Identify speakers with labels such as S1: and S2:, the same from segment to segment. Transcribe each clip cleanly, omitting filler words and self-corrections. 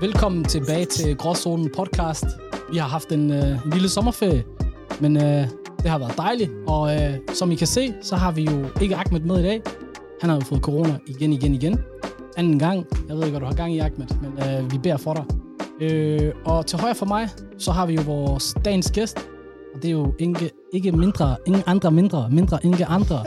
S1: Velkommen tilbage til Gråzonen podcast. Vi har haft en lille sommerferie, men det har været dejligt. Og som I kan se, så har vi jo ikke Ahmed med i dag. Han har jo fået corona igen. Anden gang. Jeg ved ikke, hvad du har gang i, Ahmed, men vi beder for dig. Og til højre for mig, så har vi jo vores dagens gæst. Og det er jo ingen andre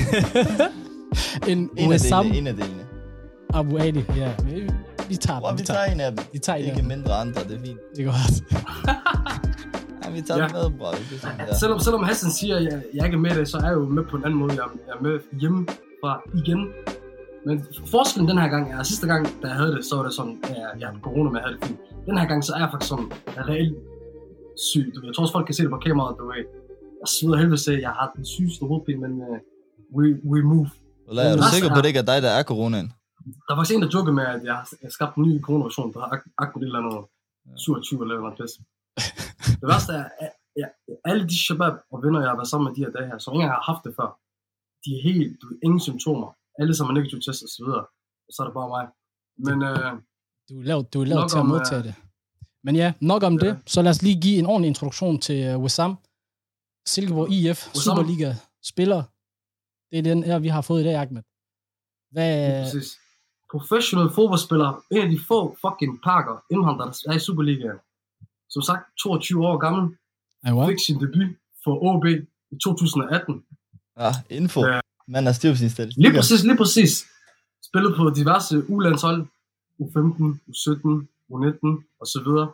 S1: end Wissam.
S2: En af delene.
S1: Abu Ali, ja. Vi tager dem.
S2: Vi tager en af dem. Ikke mindre andre, det er fint.
S1: Det går godt.
S2: Ja, vi tager med, bror.
S3: Selvom Hassan siger, at jeg ikke er med det, så er jeg jo med på en anden måde. Jeg er med hjemme fra igen. Men forskellen den her gang er, sidste gang, da jeg havde det, så var det sådan, at jeg havde corona, men jeg havde det fint. Den her gang, så er jeg faktisk sådan reelt syg. Jeg tror også, folk kan se det på kameraet, du ved. Jeg sveder helvede til, jeg har den sygeste hovedpine, men we move.
S2: Er du sikker på, at det ikke er dig, der er coronaen?
S3: Der var faktisk en, der jokede med, at jeg har skabt en ny coronaversion, der har Ahmed et eller andet 27 eller noget pisse. Det værste er, at alle de shabab og venner, jeg har været sammen med de her dage her, som ikke engang har haft det før, de er helt, ingen symptomer. Alle som er negativ test og så videre. Og så er det bare mig. Men
S1: du er lavet til at modtage det. Men ja, nok om det. Så lad os lige give en ordentlig introduktion til Wissam. Silkeborg IF, Superliga-spiller. Det er den her, vi har fået i dag, Ahmed.
S3: Præcis. Professionel fodboldspiller. En af de få fucking pakker indvandrere, der er i Superligaen. Som sagt, 22 år gammel. Fik sin debut for OB i 2018.
S2: Ja, info. Man er stiv på sin statistik.
S3: Lige præcis. Spillet på diverse U-landshold. U15, U17, U19 og så videre.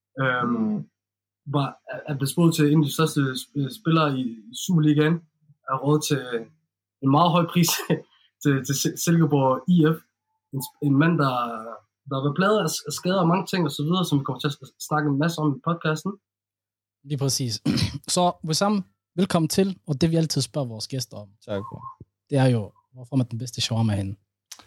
S3: Er blevet spurgt til en af de største spillere i Superligaen. Er råd til en meget høj pris til Silkeborg IF. En mand, der har været plaget af skader og mange ting og så videre, som vi kommer til at snakke en masse om i podcasten.
S1: Lige præcis. Så Wissam, velkommen til, og det vi altid spørger vores gæster om.
S2: Tak.
S1: Det er jo, hvorfor man den bedste shawarma henne?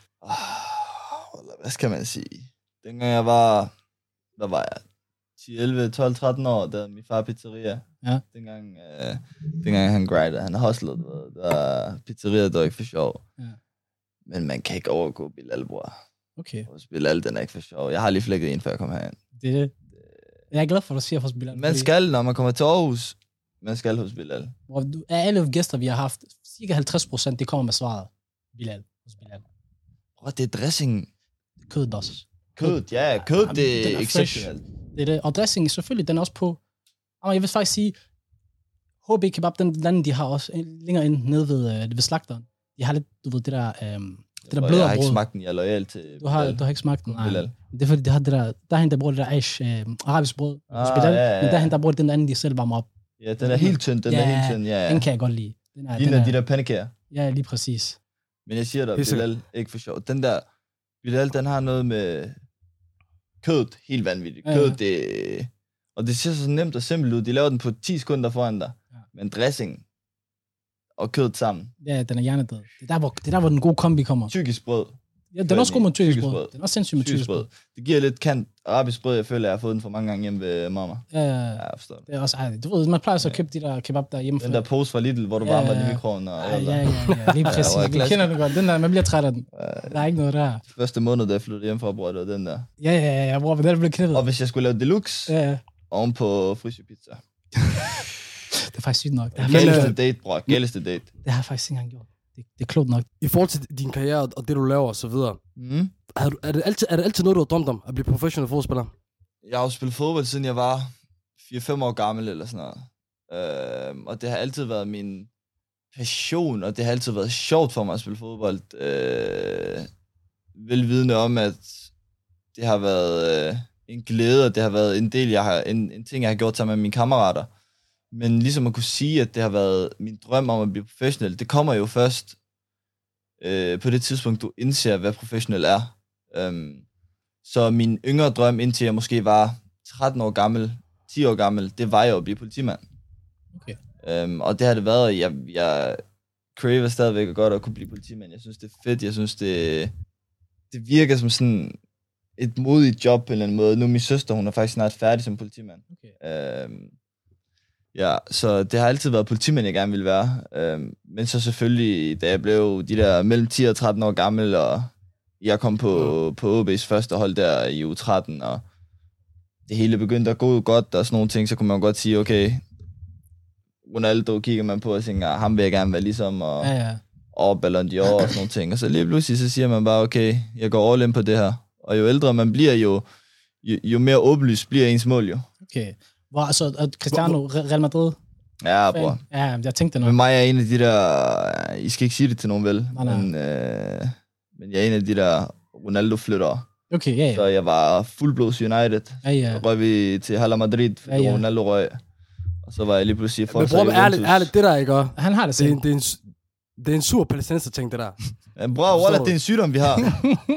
S2: Hvad skal man sige? Dengang jeg var, der var jeg 10, 11, 12, 13 år, der min far pizzeria.
S1: Ja.
S2: Dengang han grindede, han hustlede, der pizzeria, der var ikke for sjov. Ja. Men man kan ikke overgå Bilal, bror.
S1: Okay.
S2: Bilal, den er ikke for sjov. Jeg har lige flækket en, før jeg kom herind.
S1: Det. Jeg er glad for, at du siger hos Bilal.
S2: Man skal, når man kommer til Aarhus, man skal hos Bilal.
S1: Af alle gæster, vi har haft, cirka 50%, det kommer med svaret. Bilal. Hos Bilal.
S2: Bror, det er dressing.
S1: Kødet også.
S2: Kødet, ja. Kødet, det er exceptionelt.
S1: Det er det. Og dressing, selvfølgelig, den er også på. Jeg vil faktisk sige, HB Kebab, den anden, de har også længere ind nede ved slagteren. De har lidt, du ved, det der blødere brød.
S2: Jeg har ikke smagt den, jeg er lojal til.
S1: Du har ikke smagt den, nej. Det er fordi, de har det der er hende, der bruger det der arabisk brød. Men der er hende, der bruger den anden, de selv varmer op.
S2: Ja, den er helt tynd, ja. Den
S1: kan jeg godt lide.
S2: Ligner de der pandekager.
S1: Ja, lige præcis.
S2: Men jeg siger dig, Bilal, ikke for sjov. Den der, Bilal, den har noget med kødet, helt vanvittigt. Kødet, det... Og det ser så nemt og simpelt ud. De laver den på 10 sekunder foran dig. Ja. Men dressing og kødet sammen.
S1: Ja, den er hjernedød. Det er der, hvor den gode kombi kommer.
S2: Tyrkisk brød.
S1: Ja, den er også god med tyrkisk brød. Den er også sindssygt med tyrkisk brød.
S2: Det giver lidt kant arabisk brød. Jeg føler, jeg har fået den for mange gange hjemme ved mamma.
S1: Ja, jeg forstår det. Det er også ærligt. Du ved, man plejer så at købe de der kebab der hjemme.
S2: Den der pose fra Lidl, hvor du varmer den i mikroen.
S1: Ja, lige præcis. Vi kender det godt. Den der, man bliver træt af den. Der er ikke noget der.
S2: Første måned, da jeg flyttede hjem fra, bror, det var den der.
S1: Ja, bror, den blev knippet.
S2: Og hvis jeg skulle lave deluxe, oven på frysepizza.
S1: Det er faktisk sygt nok.
S2: Gældeste date, bror. Gældeste date.
S1: Det har jeg faktisk ikke engang gjort. Det er klogt nok.
S3: I forhold til din karriere og det, du laver og så videre, er det altid noget, du har drømt om, at blive professionel fodboldspiller?
S2: Jeg har jo spillet fodbold, siden jeg var 4-5 år gammel eller sådan noget. Og det har altid været min passion, og det har altid været sjovt for mig at spille fodbold. Velvidende om, at det har været en glæde, og det har været en del, en ting, jeg har gjort sammen med mine kammerater. Men ligesom at kunne sige, at det har været min drøm om at blive professionel, det kommer jo først på det tidspunkt, du indser, hvad professionel er. Så min yngre drøm, indtil jeg måske var 13 år gammel, 10 år gammel, det var jo at blive politimand.
S1: Okay.
S2: Og det har det været, jeg craver stadigvæk godt at kunne blive politimand. Jeg synes, det er fedt. Jeg synes, det virker som sådan et modigt job på en eller anden måde. Nu min søster, hun er faktisk snart færdig som politimand. Okay. Ja, så det har altid været politimand, jeg gerne ville være. Men så selvfølgelig, da jeg blev de der mellem 10 og 13 år gammel, og jeg kom på OB's første hold der i U13, og det hele begyndte at gå godt og sådan nogle ting, så kunne man godt sige, okay, Ronaldo kigger man på og tænker, ham vil jeg gerne være ligesom, og Ballon d'Or og sådan nogle ting. Og så lige pludselig, så siger man bare, okay, jeg går all in på det her. Og jo ældre man bliver, jo mere åbenlyst bliver ens mål jo.
S1: Okay. Altså, Cristiano, Real Madrid?
S2: Ja, bror.
S1: Ja, jeg tænkte nok.
S2: Men mig er en af de der, I skal ikke sige det til nogen vel,
S1: nej.
S2: Men jeg er en af de der Ronaldo-flyttere.
S1: Okay, ja.
S2: Så jeg var fuldblods United.
S1: Ja.
S2: Så røg vi til Hala Madrid, fordi Ronaldo røg. Og så var jeg lige pludselig
S4: for. Men bror, ærligt, det der ikke også.
S1: Han har det selv.
S4: Det er en sur palæstinenser ting, det der.
S2: Ja, bror, Wallah, det er en sygdom, vi har.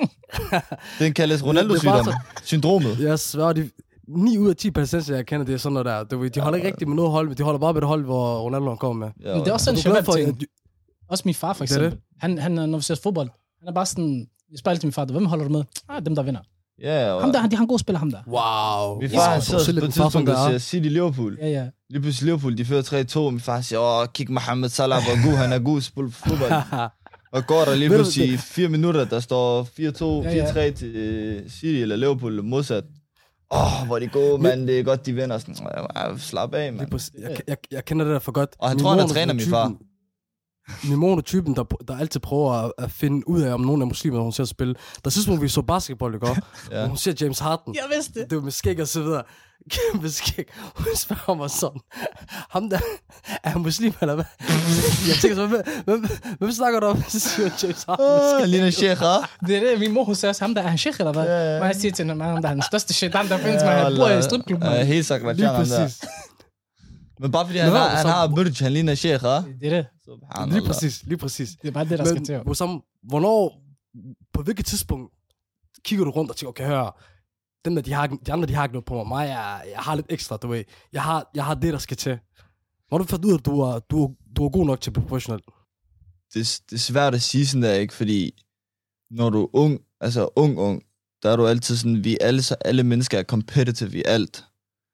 S2: Den kaldes Ronaldo-sygdom. Syndromet.
S4: Jeg svær, 9 ud af 10 palæstinenser, jeg kender, det er sådan noget der. De holder ikke rigtig med noget hold, men de holder bare med det hold, hvor Ronaldo kommer med.
S1: Ja, men det er også sådan en sjovt ting. Også min far, for eksempel. Han, når vi ser fodbold, han er bare sådan, jeg spørger altid min far, hvem holder du med? Dem, der vinder.
S2: Ja,
S1: ham der, han er en god spiller, ham der.
S4: Wow.
S2: Min far, han sidder på et tidspunkt, der siger City Liverpool.
S1: Ja.
S2: Lige pludselig Liverpool, de fører 3-2. Min far siger, kig Mohamed Salah, hvor god han er god spil fodbold. Og går der lige pludselig 4 minutter, der står 4-2, 4-3 til City eller Liverpool modsat. Hvor de gode, mand, det er godt, de vinder. Sådan, slap af, mand.
S4: Jeg kender det der for godt.
S2: Og han tror, han træner min far.
S4: Min mor er typen, der altid prøver at finde ud af, om nogen er muslimer, når hun ser spil. Der synes hun, vi så basketball, ikke? Ja. Hun ser James Harden.
S1: Jeg vidste det.
S4: Det var med skæg og så videre. Kæmpe skæg. Hun spørger mig sådan. Ham der, er han muslim, eller hvad? Jeg tænker så, hvem snakker du om? Så siger James Harden.
S2: Lina Sheikh,
S1: det er det, min mor, hun siger også, ham der er han sheikh, eller hvad? Og jeg siger til hende, ham der er den største shaitan, der findes, men han bor i stripklubben.
S2: Helt sagt, hvad han der. Men bare fordi han har Burj, han ligner Sheikh,
S1: Det er det.
S4: Lige præcis.
S1: Det er bare det, der skal til.
S4: Hvornår, på hvilket tidspunkt kigger du rundt og tænker, okay, hør, de andre, de har ikke noget på mig. Jeg har lidt ekstra, du ved. Jeg har det, der skal til. Hvor har du fundet ud af, at du er god nok til at blive professionel?
S2: Det er svært at sige sådan der, ikke? Fordi når du er ung, altså ung, der er du altid sådan, alle mennesker er competitive i alt.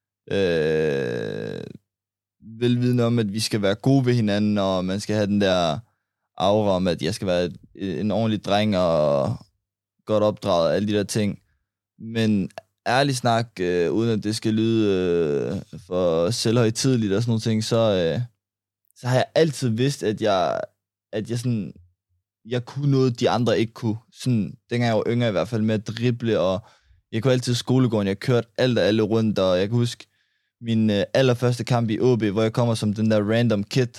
S2: Velvidende om, at vi skal være gode ved hinanden, og man skal have den der aura om, at jeg skal være en ordentlig dreng og godt opdraget og alle de der ting. Men ærligt snak, uden at det skal lyde for selvhøjtideligt og sådan nogle ting, så har jeg altid vidst, at jeg sådan, jeg kunne noget, de andre ikke kunne. Sådan, dengang jeg var yngre i hvert fald, med at drible, og jeg kunne altid i skolegården, jeg kørte alt og alle rundt, og jeg kan huske min allerførste kamp i OB, hvor jeg kommer som den der random kid.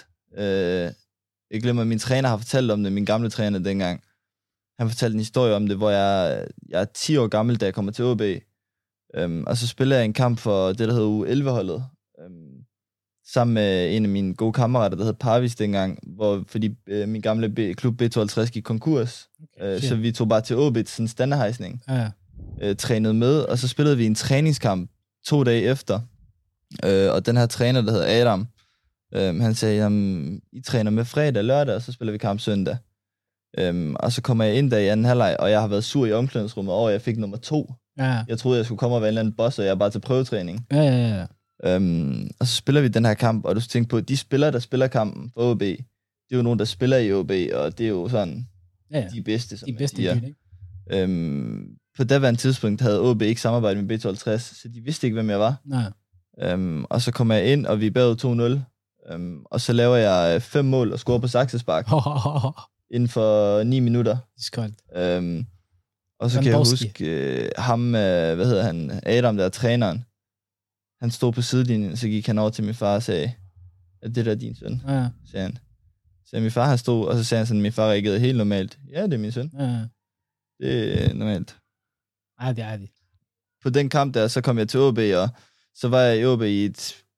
S2: Jeg glemmer, at min træner har fortalt om det, min gamle træner dengang. Han fortalte en historie om det, hvor jeg er 10 år gammel, da jeg kommer til OB. Og så spiller jeg en kamp for det, der hedder U11-holdet. Sammen med en af mine gode kammerater, der hed Parvis dengang, fordi min gamle klub B52 gik konkurs. Så vi tog bare til OB til sådan en standardhejsning. Trænede med, og så spillede vi en træningskamp 2 dage efter. Og den her træner, der hedder Adam, han sagde, jamen, I træner med fredag og lørdag, og så spiller vi kamp søndag. Og så kommer jeg ind der i anden halvleg, og jeg har været sur i omklædningsrummet over, at jeg fik nummer 2. Ja. Jeg troede, jeg skulle komme og være en eller anden boss, og jeg er bare til prøvetræning.
S1: Ja.
S2: Og så spiller vi den her kamp, og du skal tænke på, at de spillere, der spiller kampen for OB, det er jo nogen, der spiller i OB, og det er jo sådan de bedste, som
S1: de bedste
S2: man siger. På daværende tidspunkt havde OB ikke samarbejdet med B52, så de vidste ikke, hvem jeg var.
S1: Nej.
S2: Og så kommer jeg ind, og vi er bagud 2-0. Og så laver jeg 5 mål og scorer på saksespark. Inden for 9 minutter.
S1: Skoldt.
S2: Og så kan jeg huske ham, hvad hedder han, Adam, der er træneren. Han stod på sidelinjen, så gik han over til min far og sagde, at det der er din søn, sagde han. Så min far har stod, og så sagde han sådan, at min far reagerede helt normalt. Ja, det er min søn. Det er normalt.
S1: Ja, det er det.
S2: På den kamp der, så kom jeg til OB, og så var jeg i OB i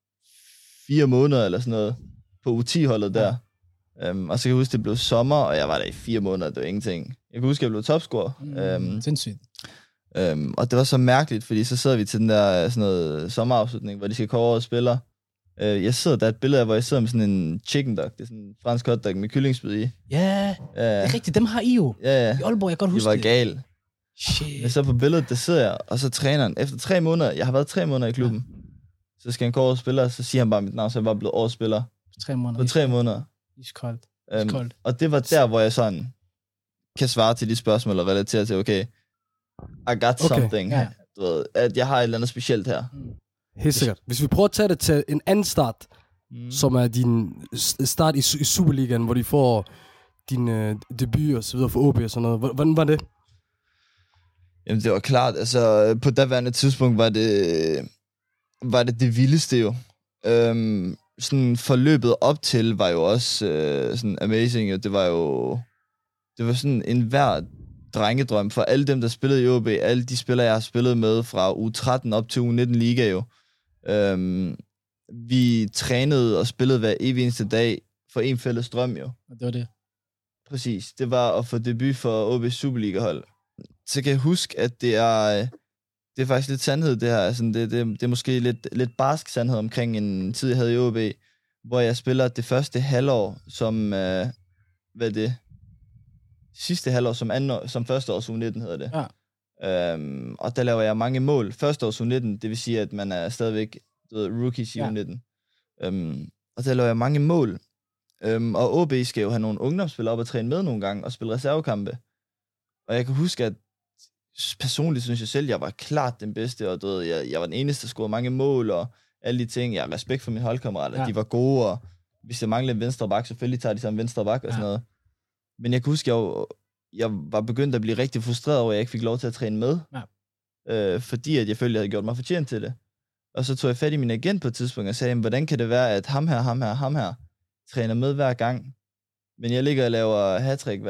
S2: 4 måneder eller sådan noget, på U10-holdet der. Og så kan jeg huske, det blev sommer, og jeg var der i 4 måneder, det var ingenting. Jeg kan huske, jeg blev topscorer.
S1: Sindssygt.
S2: Og det var så mærkeligt, fordi så sidder vi til den der sådan noget sommerafslutning, hvor de skal komme over og spiller. Jeg sidder der et billede af, hvor jeg sidder med sådan en chicken dog. Det er sådan en fransk hotdog med kyllingspyd i.
S1: Ja, det er rigtigt. Dem har I jo.
S2: Ja.
S1: I Aalborg, jeg kan godt huske det.
S2: Det var gal.
S1: Shit.
S2: Men så på billedet, der sidder jeg, og så træneren. Efter 3 måneder, jeg har været 3 måneder i klubben. Så skal han gå over og spille, og så siger han bare mit navn, så jeg var blevet årsspiller.
S1: 3 måneder.
S2: På 3 måneder.
S1: Iskoldt.
S2: Og det var der, hvor jeg sådan kan svare til de spørgsmål og relatere til, okay, I got something. at jeg har et eller andet specielt her.
S4: Helt sikkert. Hvis vi prøver at tage det til en anden start, som er din start i Superligaen, hvor de får din debut og så videre for OB og sådan noget. Hvordan var det?
S2: Jamen, det var klart. Altså, på daværende tidspunkt var det vildeste jo. Sådan forløbet op til var jo også sådan amazing. Og det var sådan en hver drengedrøm for alle dem, der spillede i OB. Alle de spillere, jeg har spillet med fra U13 op til U19 Liga jo. Vi trænede og spillede hver evig eneste dag for en fælles drøm jo.
S1: Og det var det.
S2: Præcis. Det var at få debut for OB's Superliga-hold. Så kan jeg huske, at det er faktisk lidt sandhed, det her. Altså, det er måske lidt barsk sandhed omkring en tid, jeg havde i OB, hvor jeg spiller det første halvår som, sidste halvår som førsteårs U19 hedder det.
S1: Ja.
S2: Og der laver jeg mange mål. Førsteårs U19, det vil sige, at man er stadigvæk rookies i U19. Og der laver jeg mange mål. Og OB skal jo have nogle ungdomsspillere op og træne med nogle gange og spille reservekampe. Og jeg kan huske, at personligt synes jeg selv, jeg var klart den bedste, og jeg var den eneste, der scorede mange mål, og alle de ting. Jeg har respekt for mine holdkammerater, de var gode, og hvis jeg manglede en venstre bak, selvfølgelig tager de sammen venstre bak og sådan noget. Men jeg kan huske, jeg var begyndt at blive rigtig frustreret over, at jeg ikke fik lov til at træne med, fordi at jeg følte, at jeg havde gjort mig fortjent til det. Og så tog jeg fat i min agent på et tidspunkt og sagde, hvordan kan det være, at ham her træner med hver gang, men jeg ligger og laver hattrick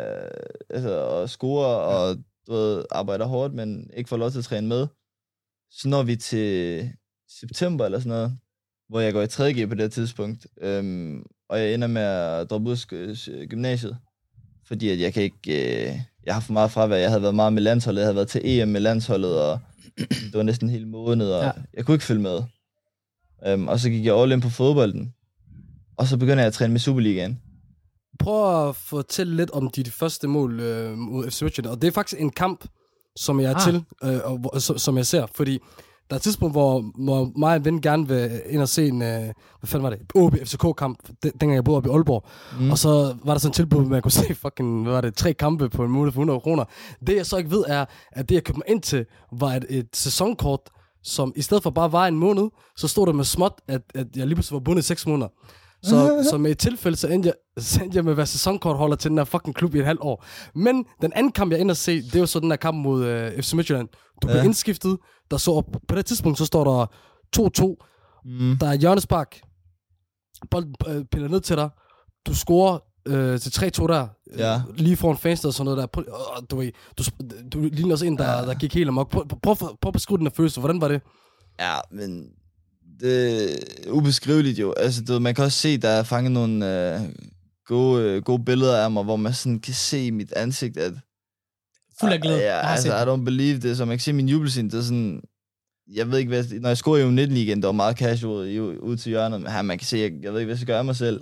S2: og scorer og arbejder hårdt, men ikke får lov til at træne med. Så når vi til september eller sådan noget, hvor jeg går i 3.G på det tidspunkt, og jeg ender med at droppe ud af gymnasiet, fordi at jeg kan ikke, jeg har for meget fravær, jeg havde været meget med landsholdet, jeg havde været til EM med landsholdet, og det var næsten en hel måned, og jeg kunne ikke følge med. Og så gik jeg all in på fodbolden, og så begynder jeg at træne med Superligaen.
S4: Prøv at fortælle lidt om dit første mål mod FC Midtjylland, og det er faktisk en kamp, som jeg er til, og som jeg ser, fordi der er et tidspunkt, hvor mig og en ven gerne vil ind og se en, hvad fanden var det, OB-FCK-kamp, dengang jeg boede oppe i Aalborg, og så var der sådan et tilbud, at man kunne se fucking, 3 kampe på en måned for 100 kroner. Det jeg så ikke ved er, at det jeg købte mig ind til, var et sæsonkort, som i stedet for bare var en måned, så stod der med småt, at jeg lige pludselig var bundet i 6 måneder. Så med et tilfælde, så endte jeg med at være sæsonkortholder til den her fucking klub i et halvt år. Men den anden kamp, jeg ender at se, det er jo så den her kamp mod FC Midtjylland. Du bliver indskiftet. Der så på det tidspunkt, så står der 2-2. Der er hjørnespark. Bolden piller ned til dig. Du scorer til 3-2 der. Lige foran fans og sådan noget der. Du ligner også en, der gik helt amok. Prøv at beskrive den her følelse. Hvordan var det?
S2: Ja, men det er ubeskriveligt jo. Altså, man kan også se, der er fanget nogle gode billeder af mig, hvor man sådan kan se i mit ansigt, at
S1: fuld af glæde.
S2: Ja, altså, I don't believe det. Så man kan se min jubelscene, det er sådan, jeg ved ikke, hvad, når jeg scorer i U19 igen, det var meget casual ud til hjørnet, men her, man kan se, jeg ved ikke, hvad jeg skal gøre af mig selv.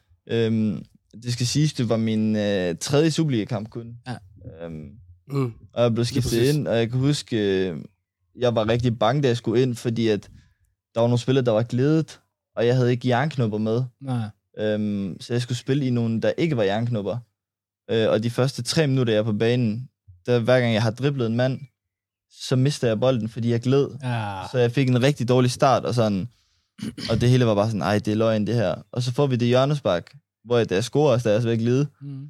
S2: Det skal siges, det var min 3. Superliga-kamp kun. Og jeg blev skiftet ind, og jeg kan huske, jeg var rigtig bange, da jeg skulle ind, fordi at der var nogle spillere, der var glædet, og jeg havde ikke jernknupper med. Så jeg skulle spille i nogle, der ikke var jernknupper. Og de første 3 minutter, jeg er på banen, der hver gang jeg har driblet en mand, så mister jeg bolden, fordi jeg gled. Så jeg fik en rigtig dårlig start, og sådan. Og det hele var bare sådan, ej, det er løgn, det her. Og så får vi det hjørnespark, hvor da jeg scorer, så er jeg så ved at glide.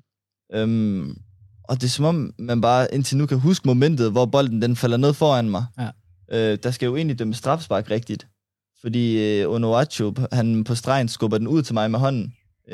S2: Og det er som om, man bare indtil nu kan huske momentet, hvor bolden den falder ned foran mig. Der skal jo egentlig dømme strafspark rigtigt. Fordi Onuachu, han på stregen skubber den ud til mig med hånden.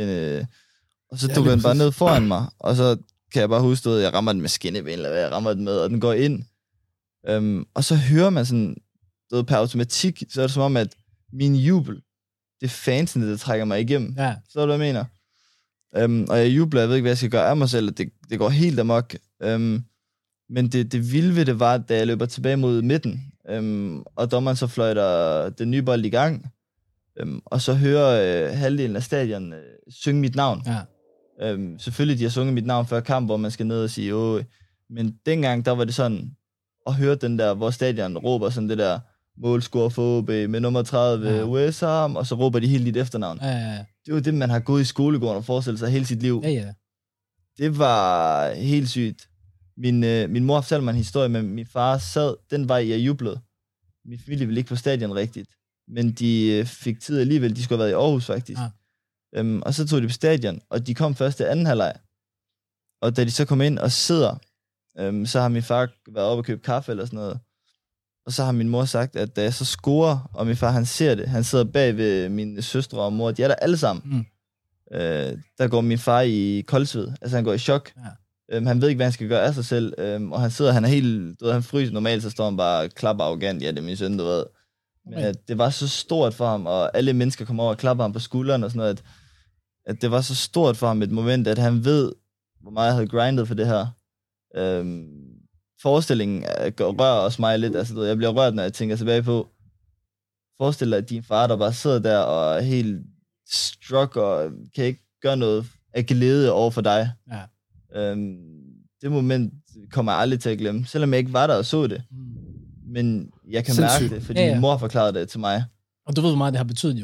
S2: Og så tog den bare ned foran mig. Og så kan jeg bare huske, at jeg rammer den med skinneben, eller hvad jeg rammer den med, og den går ind. Og så hører man sådan, per automatik, så er det som om, at min jubel, det er fansene, der trækker mig igennem. Så er det, hvad jeg mener. Og jeg jubler, jeg ved ikke, hvad jeg skal gøre af mig selv, og det går helt amok. Men det vilde ved det var, da jeg løber tilbage mod midten, og dommeren så fløjter den nye bold i gang, og så hører halvdelen af stadion synge mit navn. Selvfølgelig, de har sunget mit navn før kamp, hvor man skal ned og sige, åh, men dengang, der var det sådan, at høre den der, hvor stadion råber sådan det der, målscore for OB med nummer 30, West Ham, og så råber de helt dit efternavn. Det var det, man har gået i skolegården og forestillet sig hele sit liv. Det var helt sygt. Min mor fortalte mig en historie, men min far sad den vej, jeg jublede. Min familie ville ikke på stadion rigtigt, men de fik tid alligevel. De skulle have været i Aarhus, faktisk. Ja. Og så tog de på stadion, og de kom først til anden halvleg. Og da de så kom ind og sidder, så har min far været oppe og købe kaffe eller sådan noget. Og så har min mor sagt, at da jeg så scorer, og min far han ser det, han sidder bag ved mine søstre og mor, de er der alle sammen. Der går min far i koldsved, altså han går i chok. Ja. Han ved ikke, hvad han skal gøre af sig selv, og han sidder, han er helt, du ved, han fryser normalt, så står han bare og klapper arrogant, ja, det er min søn, du ved. Men det var så stort for ham, og alle mennesker kommer over og klapper ham på skulderen og sådan noget, at det var så stort for ham et moment, at han ved, hvor meget jeg havde grindet for det her. Forestillingen rører også mig lidt, altså jeg bliver rørt, når jeg tænker tilbage på, forestil dig, at din far, der bare sidder der og er helt struck og kan ikke gøre noget af glæde over for dig. Ja. Det moment kommer jeg aldrig til at glemme, selvom jeg ikke var der og så det. Men jeg kan mærke det, fordi min mor forklarede det til mig.
S1: Og du ved, hvor meget det har betydet jo.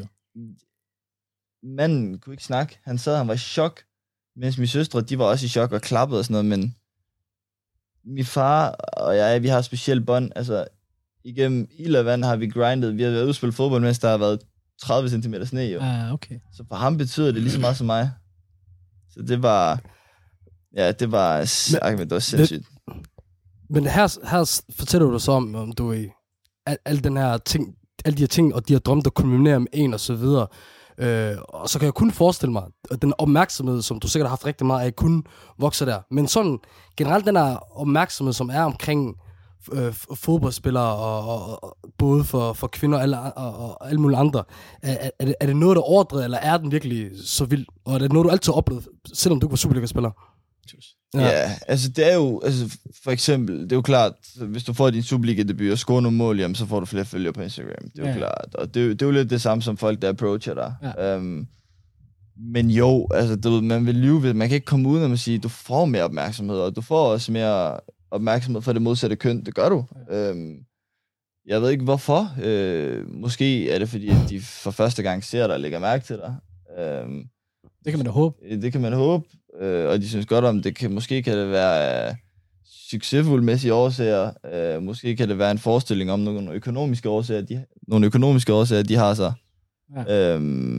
S2: Manden kunne ikke snakke. Han var i chok, mens mine søstre, de var også i chok og klappede og sådan noget, men min far og jeg, vi har specielt bånd. Altså, igennem ild og vand har vi grindet. Vi har været ude og spille fodbold, mens der har været 30 cm sne, jo.
S1: Okay. Så
S2: for ham betyder det lige så meget som mig. Så det var... Ja, det var sindssygt.
S4: Men her fortæller du så om du er alle de her ting, og de her drømme, der kulminerer med en og så videre. Og så kan jeg kun forestille mig, at den opmærksomhed, som du sikkert har haft rigtig meget af, kun vokser der. Men sådan generelt den her opmærksomhed, som er omkring fodboldspillere, og både for kvinder og alle mulige andre, er det noget, der overdrevet, eller er den virkelig så vild? Og er det noget, du altid har oplevet, selvom du ikke var Superliga-spiller?
S2: Ja, altså det er jo, altså for eksempel, det er jo klart, hvis du får din Superliga-debut og scorer nogle mål, jamen, så får du flere følgere på Instagram. Det er jo klart, og det er jo lidt det samme som folk, der approacher dig. Ja. Men jo, altså man vil lyve ved, man kan ikke komme ud, når man siger, du får mere opmærksomhed, og du får også mere opmærksomhed for det modsatte køn. Det gør du. Ja. Jeg ved ikke hvorfor. Måske er det fordi, at de for første gang ser dig og lægger mærke til dig.
S1: Det kan man da håbe.
S2: Det kan man håbe. Og de synes godt om det. Måske kan det være succesfuldmæssige årsager. Måske kan det være en forestilling om nogle økonomiske årsager, de har så.
S1: Ja.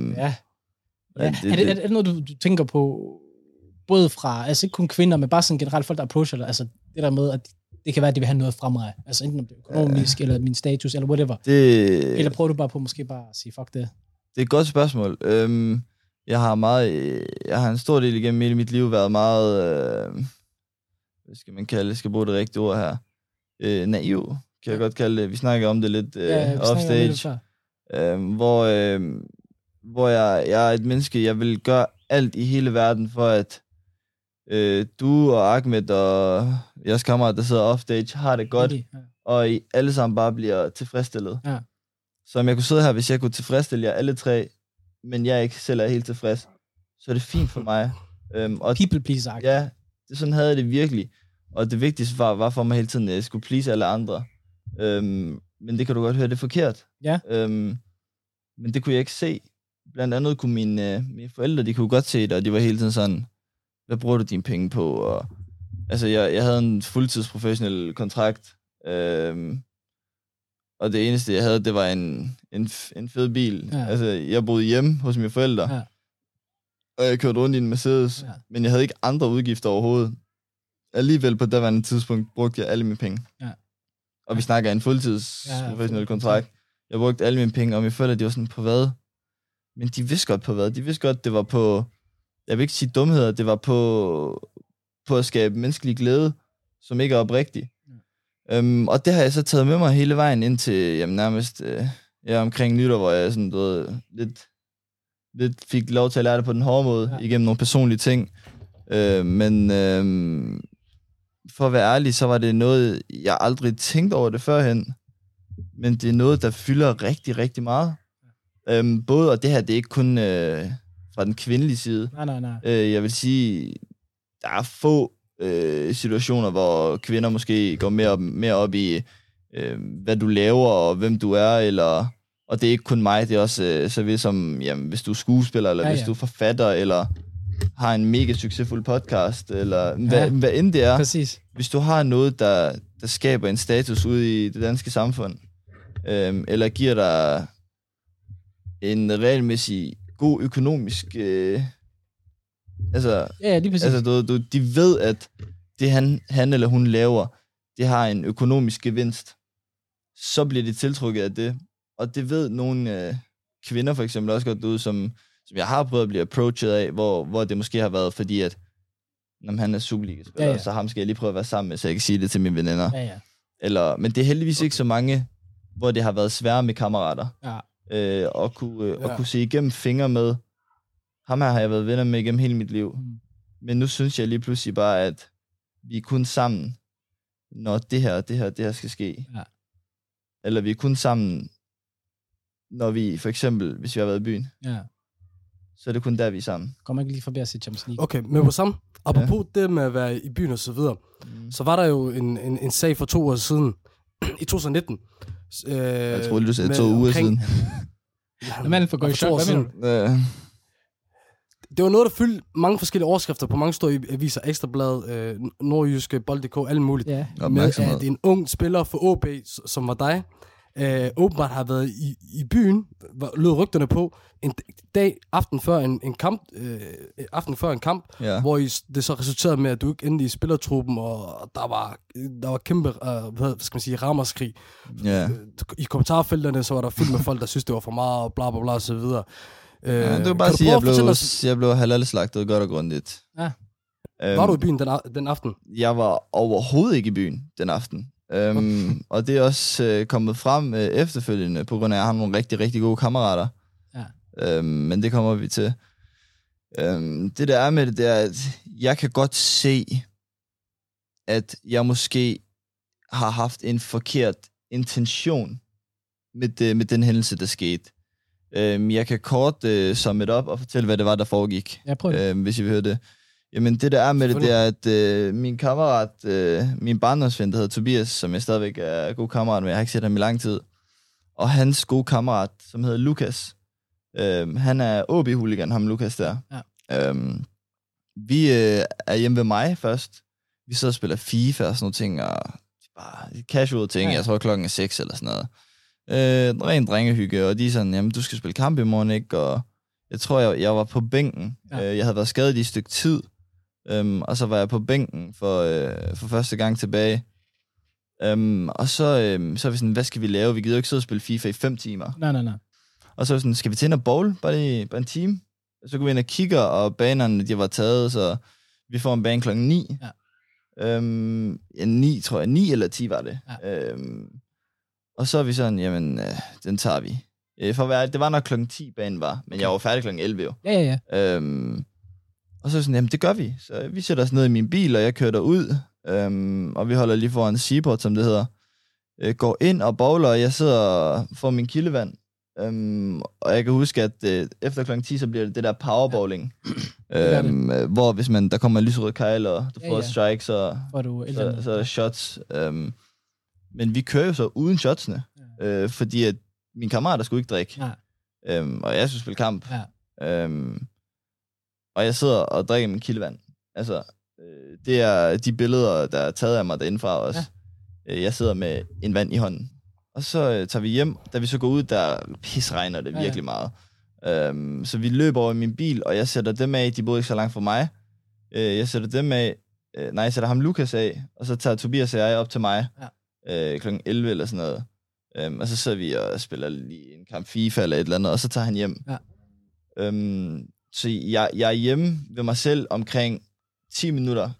S1: Er det noget, du tænker på, både fra, altså ikke kun kvinder, men bare sådan generelt folk, der approacher dig, altså det der med, at det kan være, at de vil have noget fra mig, altså enten om det er økonomisk, eller min status, eller whatever. Eller prøver du bare på måske bare at sige, fuck det?
S2: Det er et godt spørgsmål. Jeg har en stor del igennem hele mit liv været meget, hvad skal man kalde det, skal bruge det rigtige ord her, naiv, kan jeg godt kalde det. Vi snakker om det lidt offstage, hvor jeg er et menneske, jeg vil gøre alt i hele verden for, at du og Ahmed og jeres kammerat, der sidder offstage, har det godt, og I alle sammen bare bliver tilfredsstillet. Ja. Så om jeg kunne sidde her, hvis jeg kunne tilfredsstille jer alle tre, men jeg ikke selv er helt tilfreds, så er det fint for mig. Og
S1: people please, Ahmed.
S2: Ja, sådan havde jeg det virkelig. Og det vigtigste var for mig hele tiden, at jeg skulle please alle andre. Men det kan du godt høre, det er forkert.
S1: Ja.
S2: Men det kunne jeg ikke se. Blandt andet kunne mine forældre, de kunne godt se det, og de var hele tiden sådan, hvad bruger du dine penge på? Og, altså, jeg havde en fuldtidsprofessionel kontrakt, og det eneste, jeg havde, det var en fed bil. Ja. Altså, jeg boede hjemme hos mine forældre, og jeg kørte rundt i en Mercedes, men jeg havde ikke andre udgifter overhovedet. Alligevel på daværende tidspunkt brugte jeg alle mine penge. Ja. Og vi snakker en fuldtidsprofessionel kontrakt. Jeg brugte alle mine penge, og mine forældre, de var sådan, på hvad? Men de vidste godt på hvad? De vidste godt, det var på, jeg vil ikke sige dumheder, det var på at skabe menneskelig glæde, som ikke er oprigtig. Og det har jeg så taget med mig hele vejen ind til, nærmest omkring nytår, hvor jeg sådan, lidt fik lov til at lære det på den hårde måde, igennem nogle personlige ting. Men for at være ærlig, så var det noget, jeg aldrig tænkte over det førhen. Men det er noget, der fylder rigtig, rigtig meget. Både, og det her, det er ikke kun fra den kvindelige side.
S1: Nej.
S2: Jeg vil sige, der er få situationer, hvor kvinder måske går mere op i, hvad du laver, og hvem du er, og det er ikke kun mig, det er også så vidt som, hvis du er skuespiller, eller hvis du er forfatter, eller har en mega succesfuld podcast, eller hvad end det er.
S1: Præcis.
S2: hvis du har noget, der skaber en status ude i det danske samfund, eller giver dig en regelmæssig god økonomisk...
S1: lige præcis.
S2: Altså, de ved, at det han eller hun laver, det har en økonomisk gevinst. Så bliver de tiltrukket af det. Og det ved nogle kvinder for eksempel også godt derude, som jeg har prøvet at blive approached af, hvor det måske har været fordi, at når han er Superliga-spiller, så ham skal jeg lige prøve at være sammen med, så jeg kan sige det til mine veninder. Ja. Men det er heldigvis ikke så mange, hvor det har været svært med kammerater. Ja. Og kunne se igennem fingre med. Ham her har jeg været venner med igennem hele mit liv. Men nu synes jeg lige pludselig bare, at vi er kun sammen, når det her skal ske. Ja. Eller vi er kun sammen, når vi, for eksempel, hvis vi har været i byen. Ja. Så er det kun der, vi er sammen.
S1: Kommer ikke lige forbi at se Champions League.
S4: Okay, men på samme. Apropos det med at være i byen og så videre, så var der jo en sag for 2 år siden, i 2019.
S2: Jeg troede, du sagde 2 uger siden.
S1: Manden for gå i chok. Hvad mener du?
S4: Det var noget, der fyldte mange forskellige overskrifter på mange store aviser, Ekstrablad, Nordjyske, Bold.dk, alt muligt. Ja. Med at en ung spiller for AB, som var dig, åbenbart har været i byen, lød rygterne på, en dag, aften før en kamp, hvor det så resulterede med, at du ikke endte i spillertruppen, og der var kæmpe, ramaskrig. Yeah. I kommentarfelterne, så var der fyldt med folk, der synes det var for meget, og bla bla bla, og så videre.
S2: Det var bare at sige, jeg blev halal-slagtet godt og grundigt. Ja.
S4: Var du i byen den aften? Jeg
S2: var overhovedet ikke i byen den aften. Og det er også kommet frem efterfølgende, på grund af, at jeg har nogle rigtig, rigtig gode kammerater. Ja. Men det kommer vi til. Det der er med det, er, at jeg kan godt se, at jeg måske har haft en forkert intention med den hændelse, der skete. Jeg kan kort summe det op og fortælle, hvad det var, der foregik, hvis I vil høre det. Jamen, det der er med det, er, at min kammerat, min barndomsven, der hedder Tobias, som jeg stadigvæk er god kammerat med, jeg har ikke set ham i lang tid, og hans gode kammerat, som hedder Lukas, han er OB-hooligan, ham Lukas der. Ja. Vi er hjemme ved mig først. Vi sidder og spiller FIFA og sådan nogle ting, og bare casual ting, jeg tror klokken er 6 eller sådan noget. Ren drengehygge, og de er sådan, jamen, du skal spille kamp i morgen, ikke? Og jeg tror, jeg var på bænken. Ja. Jeg havde været skadet i et stykke tid, og så var jeg på bænken for første gang tilbage. Og så er vi sådan, hvad skal vi lave? Vi gider jo ikke sidde og spille FIFA i 5 timer.
S1: Nej.
S2: Og så var vi sådan, skal vi til en bowl? Bare en time? Så går vi ind og kigger, og banerne, de var taget, så vi får en bane klokken 9. Ja. 9, tror jeg. 9 eller 10 var det. Ja. Og så er vi sådan, jamen, den tager vi. Det var nok klokken 10 banen var, men jeg var færdig klokken 11 jo.
S1: Ja.
S2: Og så er sådan, jamen det gør vi. Så vi sætter os ned i min bil, og jeg kører derud, og vi holder lige foran Seaport, som det hedder. Går ind og bowler, og jeg sidder og får min kildevand. Og jeg kan huske, at efter klokken 10, så bliver det der powerbowling. Hvor hvis der kommer en lyserød kejl, og du får strikes, så er der shots. Men vi kører jo så uden shotsene, fordi at min kammerater skulle ikke drikke. Og jeg skulle spille kamp. Ja. Og jeg sidder og drikker min kildevand. Altså, det er de billeder, der er taget af mig derindefra også. Ja. Jeg sidder med en vand i hånden. Og så tager vi hjem. Da vi så går ud, der pisregner det virkelig meget. Så vi løber over i min bil, og jeg sætter dem af. De boede ikke så langt fra mig. Jeg sætter dem af. Jeg sætter ham Lukas af. Og så tager Tobias og jeg op til mig. Klokken 11 eller sådan noget. Og så sidder vi og spiller lige en kamp FIFA eller et eller andet, og så tager han hjem. Ja. Så jeg er hjemme ved mig selv omkring 10 minutter,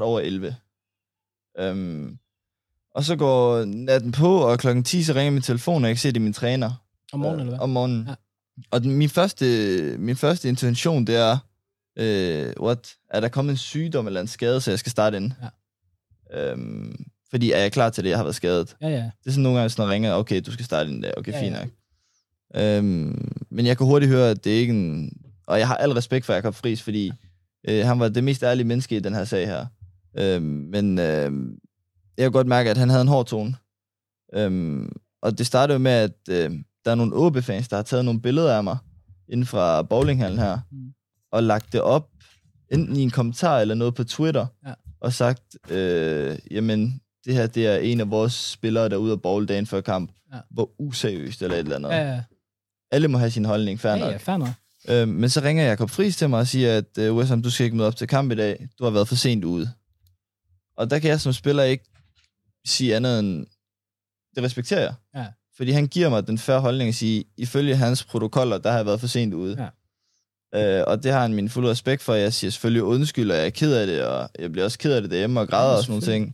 S2: 11:15. Og så går natten på, og klokken 10 så ringer min telefon, og jeg kan se, det er min træner.
S1: Om morgenen, eller hvad?
S2: Om morgenen. Ja. Og min første intention, det er, er der kommet en sygdom eller en skade, så jeg skal starte ind? Ja. Fordi er jeg klar til det, jeg har været skadet? Ja. Det er sådan nogle gange, sådan, når jeg ringer, okay, du skal starte ind der, okay, fint nok. Men jeg kan hurtigt høre, at det er ikke og jeg har al respekt for Jakob Friis, fordi han var det mest ærlige menneske i den her sag her. Men jeg kan godt mærke, at han havde en hård tone. Og det startede jo med, at der er nogle OB-fans, der har taget nogle billeder af mig inden fra bowlinghallen her, og lagt det op, enten i en kommentar eller noget på Twitter, og sagt, jamen, det her, det er en af vores spillere, der er ude af bowl dagen før kamp.
S1: Ja.
S2: Hvor useriøst eller et eller andet.
S1: Ja.
S2: Alle må have sin holdning, fair nok.
S1: Ja, fair nok.
S2: Men så ringer Jakob Friis til mig og siger, at Wessam, du skal ikke møde op til kamp i dag. Du har været for sent ude. Og der kan jeg som spiller ikke sige andet end, det respekterer jeg.
S1: Ja.
S2: Fordi han giver mig den fair holdning at sige, ifølge hans protokoller, der har jeg været for sent ude.
S1: Ja.
S2: Og det har han min fulde respekt for. Jeg siger selvfølgelig undskyld, og jeg er ked af det, og jeg bliver også ked af det derhjemme og græder og sådan nogle ting.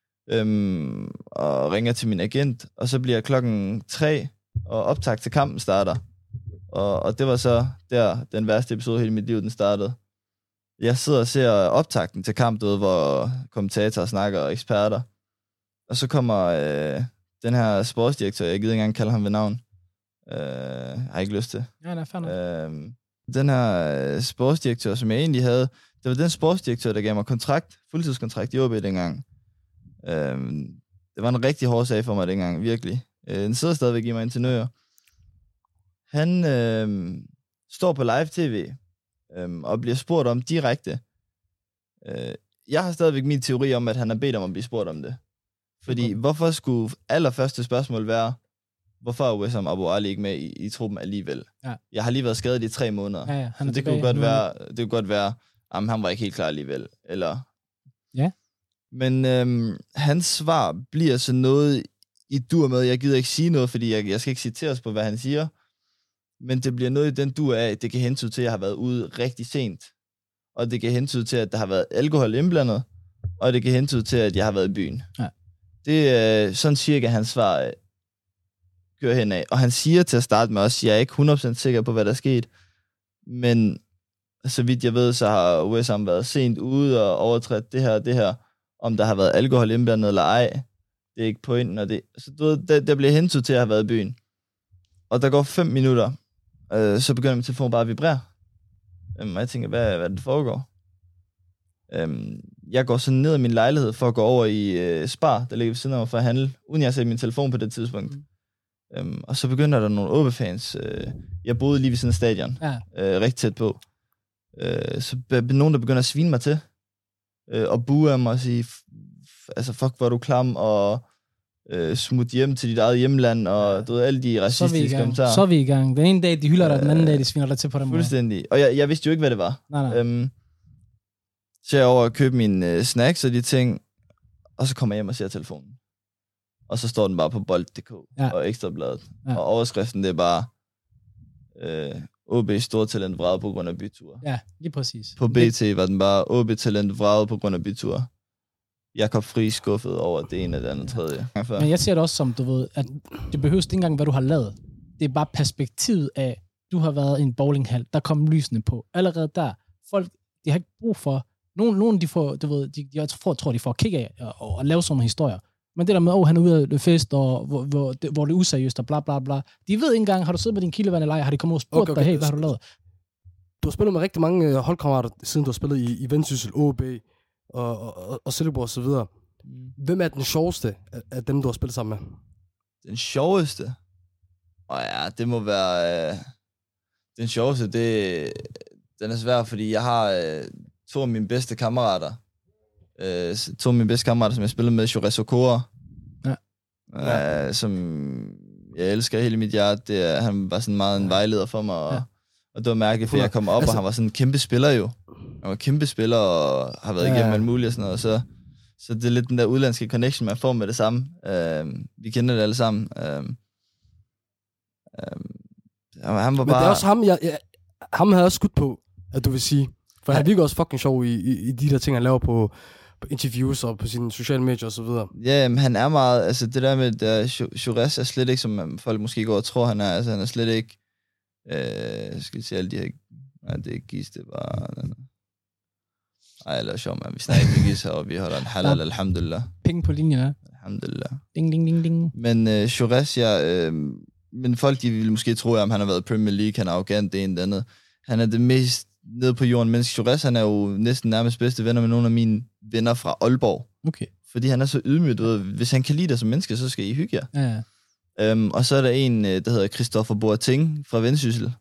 S2: Og ringer til min agent, og så bliver klokken 3, og optag til kampen starter. Og det var så der, den værste episode i hele mit liv, den startede. Jeg sidder og ser optagten til kampen, hvor kommentatorer snakker og eksperter. Og så kommer den her sportsdirektør, jeg gider ikke engang kalde ham ved navn. Har ikke lyst til.
S1: Ja, det er fair nok.
S2: Den her sportsdirektør, som jeg egentlig havde, det var den sportsdirektør, der gav mig fuldtidskontrakt i OB dengang. Det var en rigtig hård sag for mig dengang, virkelig. Den sidder stadigvæk i mig indtil nøjer. Han står på live tv og bliver spurgt om direkte. Jeg har stadigvæk min teori om, at han har bedt om at blive spurgt om det. Fordi hvorfor skulle allerførste spørgsmål være, hvorfor er Wessam Abu Ali ikke med i truppen alligevel?
S1: Ja.
S2: Jeg har lige været skadet i 3 måneder.
S1: Ja, han er
S2: det kunne godt være, at han var ikke helt klar alligevel. Eller...
S1: Ja.
S2: Men hans svar bliver så noget i dur med, jeg gider ikke sige noget, fordi jeg skal ikke citeres på, hvad han siger, men det bliver noget i den dur af, det kan hentyde til, at jeg har været ude rigtig sent, og det kan hentyde til, at der har været alkohol indblandet, og det kan hentyde til, at jeg har været i byen.
S1: Ja.
S2: Det er sådan cirka hans svar kører hen af. Og han siger til at starte med også, jeg er ikke 100% sikker på, hvad der er sket, men så vidt jeg ved, så har Wessam været sent ude og overtrædt det her, om der har været alkohol indblandet eller ej. Det er ikke pointen, og så du ved, der bliver hentydet til at have været i byen. Og der går 5 minutter, så begynder min telefon bare at vibrere. Og jeg tænker, hvad er det, der foregår? Jeg går så ned i min lejlighed for at gå over i Spar, der ligger ved siden af mig for at handle, uden jeg har set min telefon på det tidspunkt. Og så begynder der nogle OB-fans. Jeg boede lige ved sådan en stadion, rigtig tæt på. Så nogen, der begynder at svine mig til, og bue af mig og sige, altså fuck, hvor er du klam, og smut hjem til dit eget hjemland, og du ved, alle de racistiske kommentarer.
S1: Så er vi i gang. Den ene dag, de hylder dig, den anden dag, de sviner dig til på den måde.
S2: Fuldstændig. Og jeg vidste jo ikke, hvad det var.
S1: Nej.
S2: Så jeg over at købe mine snacks og de ting, og så kommer jeg hjem og ser telefonen. Og så står den bare på bold.dk og Ekstrabladet. Ja. Og overskriften, det er bare OB stortalent vraget på grund af bytur.
S1: Ja, lige præcis.
S2: På BT var den bare OB talent vraget på grund af bytur. Jakob Friis skuffet over det ene og det andet tredje.
S1: Men jeg ser det også som, du ved, at det behøves ikke engang, hvad du har lavet. Det er bare perspektivet af, du har været i en bowlinghal, der kom lysene på. Allerede der, folk, de har ikke brug for, nogen de får, du ved, jeg tror, de får kick af og lave sådan nogle historier. Men det der med, han er ude af fest, og hvor det er useriøst, og bla bla bla. De ved ikke engang, har du siddet med din kildevand eller ej, har de kommet og spurgt dig, hey, hvad har du lavet?
S4: Du har spillet med rigtig mange holdkammerater, siden du har spillet i Vendsyssel, OB og Silkeborg og så videre. Hvem er den sjoveste af dem, du har spillet sammen med?
S2: Den sjoveste? Ja, det må være... den sjoveste, den er svær, fordi jeg har 2 af mine bedste kammerater. 2 af mine bedste kammerater, som jeg spillede med, Jores Okora. Som jeg elsker hele mit hjerte. Han var sådan meget en vejleder for mig, og det var mærkeligt, fordi jeg kom op, og han var sådan en kæmpe spiller jo. Han var en kæmpe spiller, og har været igennem alt muligt og sådan noget, så det er lidt den der udlandske connection, man får med det samme. Vi kender det alle sammen. Han var
S4: men det er også ham, ham havde jeg også skudt på, at du vil sige. For han virker også fucking sjov i de der ting, han laver på interviews og på sine sociale medier og så videre.
S2: Ja, men han er meget, altså det der med, Jores er slet ikke, som folk måske går og tror, han er. Altså han er slet ikke, skal vi sige alle de her, nej, det er ikke Gis, det var... Ej, eller sjov, man. Vi snakker ikke med Gis her, og vi holder en halal, alhamdulillah.
S1: Penge på linjen, ja.
S2: Alhamdulillah.
S1: Ding, ding, ding, ding.
S2: Men Jores, men folk, de ville måske tro, at han har været i Premier League, han er arrogant, det ene det andet. Han er det mest nede på jorden menneske. Jores, han er jo næsten nærmest bedste venner med nogle af mine venner fra Aalborg.
S1: Okay.
S2: Fordi han er så ydmyg, du ved, hvis han kan lide dig som menneske, så skal I hygge jer.
S1: Ja.
S2: Og så er der en, der hedder Christoffer Boateng fra Vendsyssel.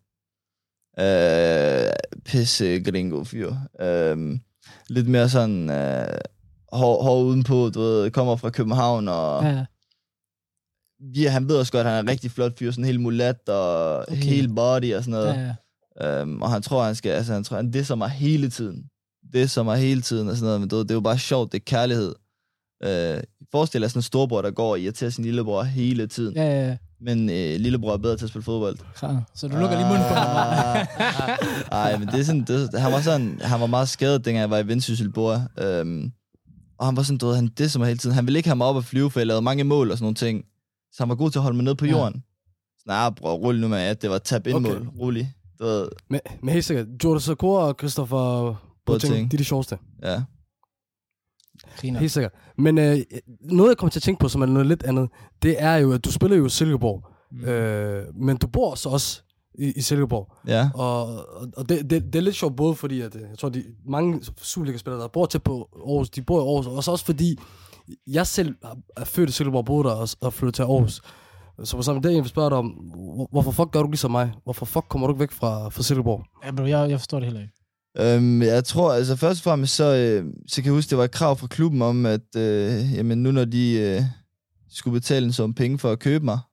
S2: Pisse gringo fyr. Lidt mere sådan hård udenpå, du ved, kommer fra København, og han ved også godt, at han er en rigtig flot fyr, sådan helt mulat, og hele body og sådan noget. Og han tror, han disser mig hele tiden. Og sådan noget, men det er jo bare sjovt, det er kærlighed. Forestil dig sådan en storbror, der går og irriterer sin lillebror hele tiden. Men lillebror er bedre til at spille fodbold.
S1: Så du lukker lige munden på ham.
S2: Nej, men det er sådan, han var meget skadet, dengang jeg var i Vendsyssel, og han var sådan, du ved, han disser mig hele tiden. Han ville ikke have mig op at flyve, for jeg lavede mange mål og sådan nogle ting. Så han var god til at holde mig ned på jorden. Så bror, rulle nu med, at det var tab-in-mål. Rolig.
S4: Men helt sikkert, Jordan Sakura og Christopher Boateng, de er de sjoveste.
S2: Ja.
S4: Helt sikkert. Men noget, jeg kommer til at tænke på, som er noget lidt andet, det er jo, at du spiller jo i Silkeborg. Men du bor så også i Silkeborg.
S2: Ja.
S4: Og det er lidt sjovt, både fordi, at jeg tror, mange Superliga-spillere, der bor tæt på Aarhus, de bor i Aarhus, og så også fordi, jeg selv er født i Silkeborg, boet der og flyttet til Aarhus. Så på samme dag, jeg vil spørge dig om, hvorfor fuck gør du ligesom mig? Hvorfor fuck kommer du ikke væk fra Silkeborg?
S1: Ja, bro, jeg forstår det heller ikke.
S2: Jeg tror, altså først og fremmest, så kan jeg huske, det var et krav fra klubben om, at jamen, nu når de skulle betale en sum penge for at købe mig,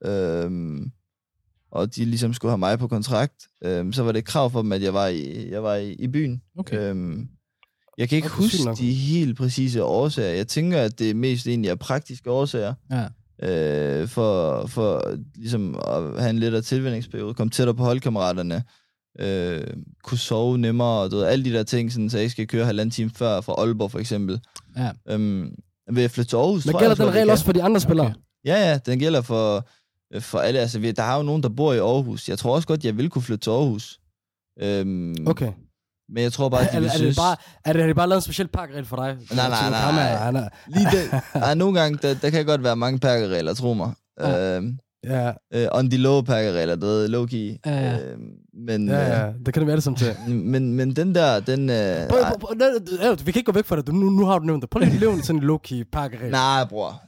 S2: og de ligesom skulle have mig på kontrakt, så var det et krav for dem, at jeg var i byen.
S1: Okay.
S2: Jeg kan ikke huske de helt præcise årsager. Jeg tænker, at det mest egentlig er praktiske årsager.
S1: Ja.
S2: For ligesom at have en lettere tilvændingsperiode, komme tættere på holdkammeraterne, kunne sove nemmere, og alle de der ting, sådan, så jeg ikke skal køre 1,5 time før fra Aalborg for eksempel.
S1: Ja.
S2: Ved at flytte til Aarhus,
S4: men gælder den regel også for de andre spillere?
S2: Okay. Ja, den gælder for alle. Altså, der er jo nogen, der bor i Aarhus. Jeg tror også godt, jeg vil kunne flytte til Aarhus.
S4: Okay.
S2: Men jeg tror bare, at de vil synes...
S4: Er det bare lavet en speciel pakkeregel for dig?
S2: Nej. Lige det. Nogle gange, der kan godt være mange pakkeregler, tro mig. On the low pakkeregler, det er low-key. Men,
S4: det kan det være det som til.
S2: Men den der,
S4: vi kan ikke gå væk fra det. Nu har du nævnt det. Prøv lige at leve sådan en low-key pakkeregel.
S2: Nej, bror.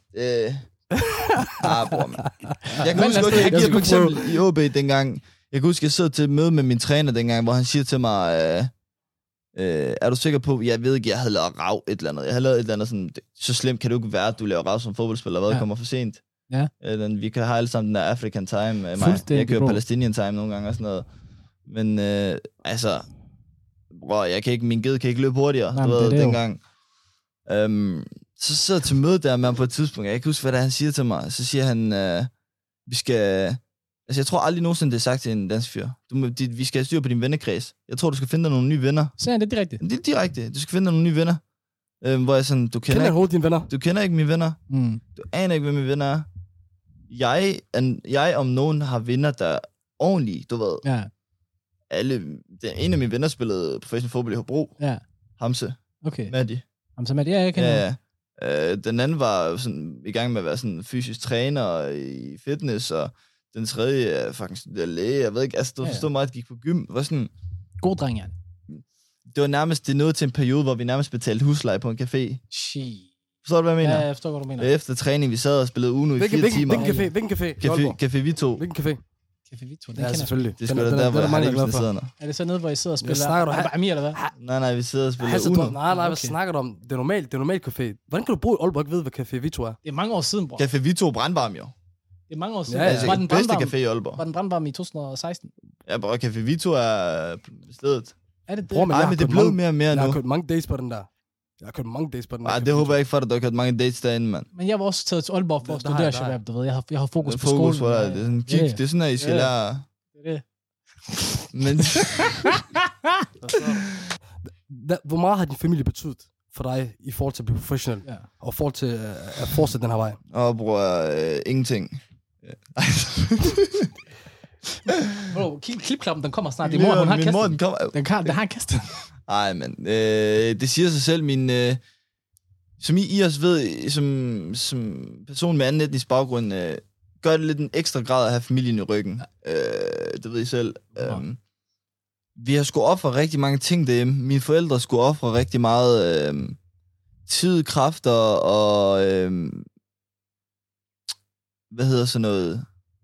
S2: Bror, man. Jeg kan huske, jeg giver for eksempel i OB dengang, jeg kan huske, jeg sidder til et møde med min træner dengang, hvor han siger til mig, er du sikker på, jeg ved ikke, jeg havde lavet rav et eller andet. Jeg havde lavet et eller andet sådan, så slemt kan du ikke være, at du laver rav som fodboldspiller, hvad kommer for sent.
S1: Ja.
S2: Vi kan have alle sammen den der African time. Jeg kører Palestinian time nogle gange og sådan noget. Men altså, bror, min ged kan ikke løbe hurtigere, du ved, dengang. Så sidder jeg til møde der med ham på et tidspunkt, jeg kan ikke huske, hvad det er, han siger til mig. Så siger han, vi skal... Altså, jeg tror aldrig nogensinde, det er sagt til en dansk fyr. Vi skal have styr på din vennekreds. Jeg tror, du skal finde dig nogle nye venner.
S1: Så er det direkte?
S2: Det er direkte. Du skal finde dig nogle nye venner. Hvor jeg sådan, du kender ikke mine venner. Du aner ikke, hvem mine venner er. Jeg om nogen har venner, der er ordentlige, du ved.
S1: Ja.
S2: En af mine venner spillede professionel fodbold i Hobro.
S1: Ja.
S2: Hamse.
S1: Okay.
S2: Maddi.
S1: Hamse Maddi, ja, jeg kender.
S2: Ja. Den anden var sådan, i gang med at være sådan fysisk træner i fitness, og den tredje er faktisk læge. Jeg ved ikke, altså du forstod mig, at gik på gym. Det var sådan...
S1: God dreng, ja.
S2: Det var nærmest, det nåede til en periode, hvor vi nærmest betalte husleje på en café. Forstår du, hvad jeg mener?
S1: Ja, jeg forstår, hvad du mener.
S2: Efter træning, vi sad og spillede Uno i 4 timer.
S4: Hvilken café?
S2: Café Vito.
S4: Hvilken café?
S1: Café Vito,
S4: ja, selvfølgelig.
S2: Det er sgu da der, hvor Harlevsen sidder.
S1: Er det så nede, hvor I sidder og spiller Amir, eller hvad?
S2: Nej, vi sidder og spiller Uno.
S4: Nej, hvad snakker du om? Det er normalt café. Hvordan kan du bo i Aalborg og ikke vide, hvad Café Vito er?
S1: Det er mange år siden, bror.
S2: Café Vito brandvarm, jo.
S1: Det er mange år siden.
S2: Ja, altså, var den bedste café i Aalborg.
S1: Var den brandvarm i 2016?
S2: Ja, bror, Café Vito er stedet.
S1: Er det det?
S2: Bror, men det er blevet mere og mere nu.
S4: Jeg har kørt mange dates på den der.
S2: Nej, det håber jeg ikke for, at du har kørt mange dates derinde, mand.
S1: Men jeg var også taget til Aalborg for at studere Shabab, du ved. Jeg har fokus på skolen.
S2: Fokus på dig. Det er sådan, det er sådan, at I skal lære...
S1: Det er det.
S2: Men...
S4: Hvor meget har din familie betydet for dig i forhold til at blive professionel? Ja. Og i forhold til at fortsætte den her vej?
S2: Bror, ingenting.
S1: Bro, klipklappen, den kommer snart. Min mor, den har den har kastet.
S2: Nej, men det siger sig selv. Som I også ved, som person med anden etnisk baggrund, gør det lidt en ekstra grad at have familien i ryggen. Det ved I selv. Vi har skulle ofre rigtig mange ting derhjemme. Mine forældre skulle ofre rigtig meget tid, kræfter og hvad hedder sådan noget?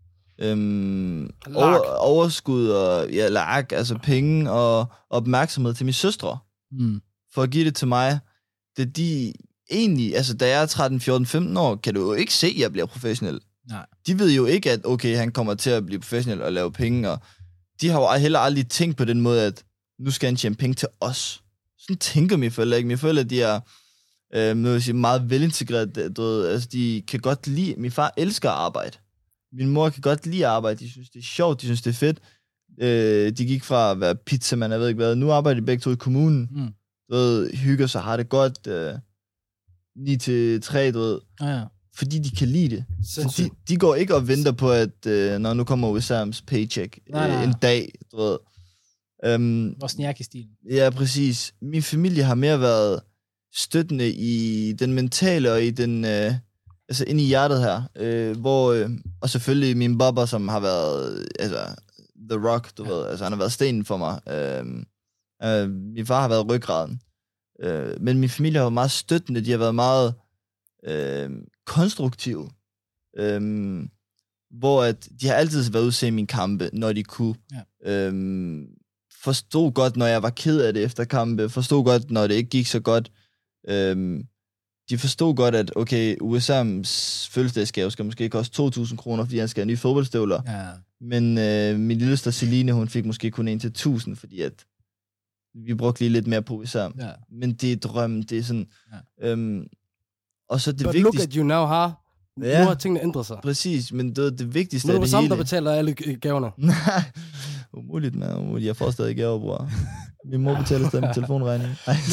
S2: Overskud og lag, altså penge og opmærksomhed til mine søstre. For at give det til mig. Det egentlig, altså da jeg er 13, 14, 15 år, kan du jo ikke se, at jeg bliver professionel.
S1: Nej.
S2: De ved jo ikke, at okay, han kommer til at blive professionel og lave penge, og de har jo heller aldrig tænkt på den måde, at nu skal han tjene penge til os. Sådan tænker mine forældre ikke. Mine forældre, de er meget velintegreret. Altså, de kan godt lide... Min far elsker at arbejde. Min mor kan godt lide at arbejde. De synes, det er sjovt. De synes, det er fedt. De gik fra at være pizzamand, jeg ved ikke hvad. Nu arbejder de begge to i kommunen. Hygger sig, har det godt. 9-3, du ved.
S1: Ja.
S2: Fordi de kan lide det. De går ikke og venter på, at når nu kommer USA's paycheck en dag, du ved.
S1: Hvor snærkestil.
S2: Ja, præcis. Min familie har mere været støttende i den mentale og i den, altså inde i hjertet her. Og selvfølgelig min baba, som har været, altså, the rock, du ved. Altså, han har været stenen for mig. Min far har været ryggraden. Men min familie har været meget støttende. De har været meget konstruktive. Hvor at de har altid været ude at se mine kampe, når de kunne. Ja. Forstod godt, når jeg var ked af det efter kampe. Forstod godt, når det ikke gik så godt. De forstod godt, at okay, USA's fødselsdagsgave skal måske koste 2.000 kroner, fordi han skal have nye fodboldstøvler. Ja. Men min lille søster Celine, hun fik måske kun 1 til 1.000, fordi at vi brugte lige lidt mere på USA. Ja. Men det er drømmen, det er sådan... Ja. Og så det
S4: But
S2: vigtigste...
S4: look at you now, har. Ja. Nu har tingene ændret sig.
S2: Præcis, men det vigtigste
S4: er
S2: det hele...
S4: Men du der betaler alle gaverne.
S2: Nej, umuligt, man. Umuligt. Jeg får stadig gaver, bror. Min mor betaler stadig min telefonregning.